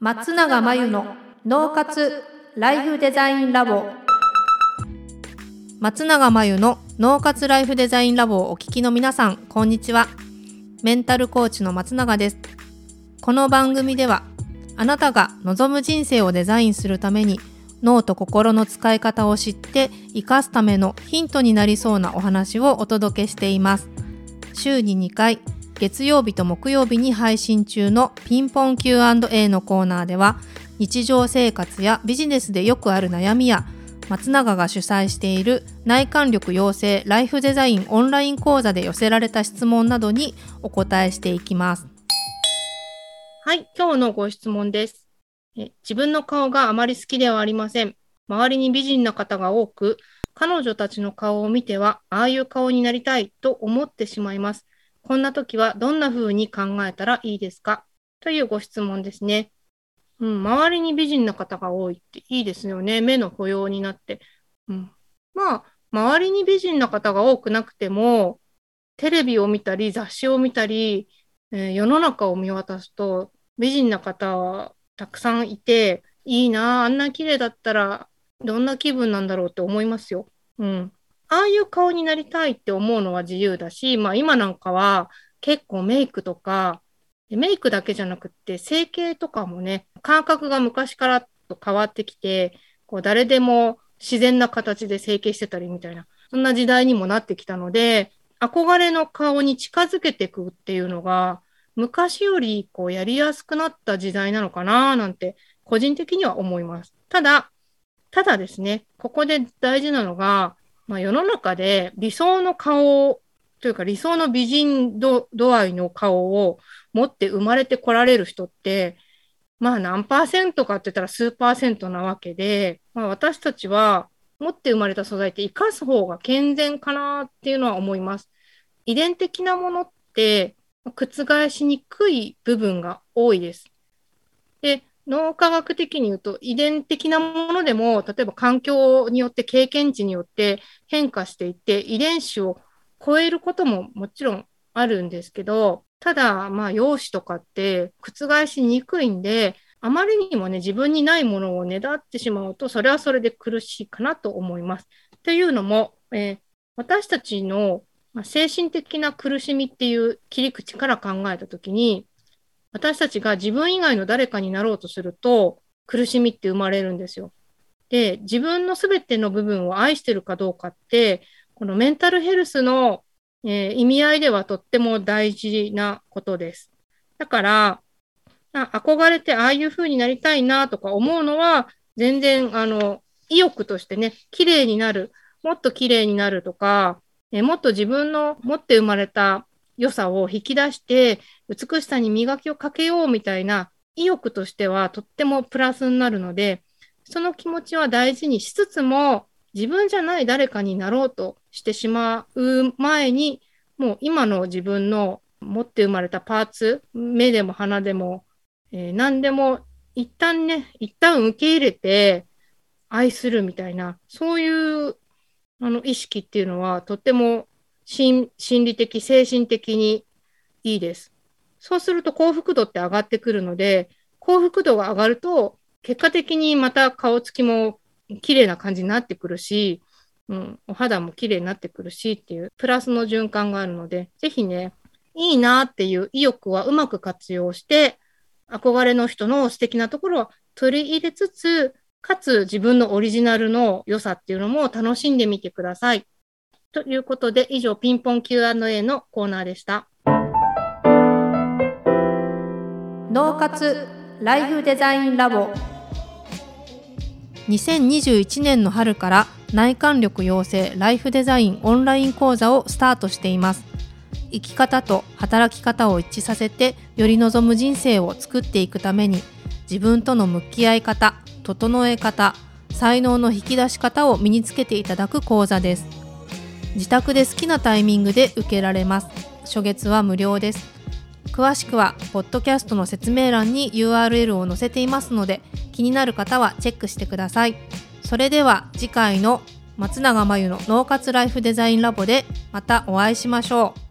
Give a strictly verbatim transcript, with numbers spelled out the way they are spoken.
松永真由の脳活ライフデザインラボ。松永真由の脳活ライフデザインラボをお聞きの皆さん、こんにちは。メンタルコーチの松永です。この番組では、あなたが望む人生をデザインするために脳と心の使い方を知って生かすためのヒントになりそうなお話をお届けしています。週ににかい、月曜日と木曜日に配信中のピンポン キューアンドエー のコーナーでは、日常生活やビジネスでよくある悩みや、松永が主催している内観力養成ライフデザインオンライン講座で寄せられた質問などにお答えしていきます。 はい、今日のご質問です。え自分の顔があまり好きではありません。周りに美人な方が多く、彼女たちの顔を見ては、ああいう顔になりたいと思ってしまいます。こんな時はどんな風に考えたらいいですか？というご質問ですね。うん、周りに美人な方が多いっていいですよね。目の保養になって。うん、まあ、周りに美人な方が多くなくても、テレビを見たり、雑誌を見たり、えー世の中を見渡すと、美人な方はたくさんいて、いいなあ、あんな綺麗だったら、どんな気分なんだろうって思いますよ。うん。ああいう顔になりたいって思うのは自由だし、まあ今なんかは結構メイクとか、メイクだけじゃなくって整形とかもね、感覚が昔からと変わってきて、こう誰でも自然な形で整形してたりみたいな、そんな時代にもなってきたので、憧れの顔に近づけていくっていうのが、昔よりこうやりやすくなった時代なのかななんて、個人的には思います。ただ、ただですね、ここで大事なのが、まあ、世の中で理想の顔というか理想の美人度、度合いの顔を持って生まれてこられる人って、まあ何パーセントかって言ったら数パーセントなわけで、まあ、私たちは持って生まれた素材って生かす方が健全かなっていうのは思います。遺伝的なものって覆しにくい部分が多いです。で、脳科学的に言うと遺伝的なものでも、例えば環境によって経験値によって変化していって遺伝子を超えることももちろんあるんですけど、ただまあ容姿とかって覆しにくいんで、あまりにもね自分にないものをねだってしまうと、それはそれで苦しいかなと思います。というのも、えー私たちのまあ精神的な苦しみっていう切り口から考えたときに、私たちが自分以外の誰かになろうとすると苦しみって生まれるんですよ。で、自分のすべての部分を愛してるかどうかって、このメンタルヘルスの、えー意味合いではとっても大事なことです。だから、あ憧れてああいう風になりたいなとか思うのは、全然、あの、意欲としてね、綺麗になる、もっと綺麗になるとか、えーもっと自分の持って生まれた良さを引き出して、美しさに磨きをかけようみたいな意欲としてはとってもプラスになるので、その気持ちは大事にしつつも、自分じゃない誰かになろうとしてしまう前に、もう今の自分の持って生まれたパーツ、目でも鼻でも、えー何でも一旦ね、一旦受け入れて愛するみたいな、そういうあの意識っていうのはとっても心心理的、精神的にいいです。そうすると幸福度って上がってくるので、幸福度が上がると、結果的にまた顔つきも綺麗な感じになってくるし、うん、お肌も綺麗になってくるしっていうプラスの循環があるので、ぜひね、いいなっていう意欲はうまく活用して、憧れの人の素敵なところを取り入れつつ、かつ自分のオリジナルの良さっていうのも楽しんでみてください。ということで、以上ピンポン キューアンドエー のコーナーでした。 脳活ライフデザインラボ。にせんにじゅういちねんの春から内観力養成ライフデザインオンライン講座をスタートしています。生き方と働き方を一致させてより望む人生を作っていくために、自分との向き合い方、整え方、才能の引き出し方を身につけていただく講座です。自宅で好きなタイミングで受けられます。初月は無料です。詳しくはポッドキャストの説明欄に ユーアールエル を載せていますので、気になる方はチェックしてください。それでは次回の松永真由の脳活ライフデザインラボでまたお会いしましょう。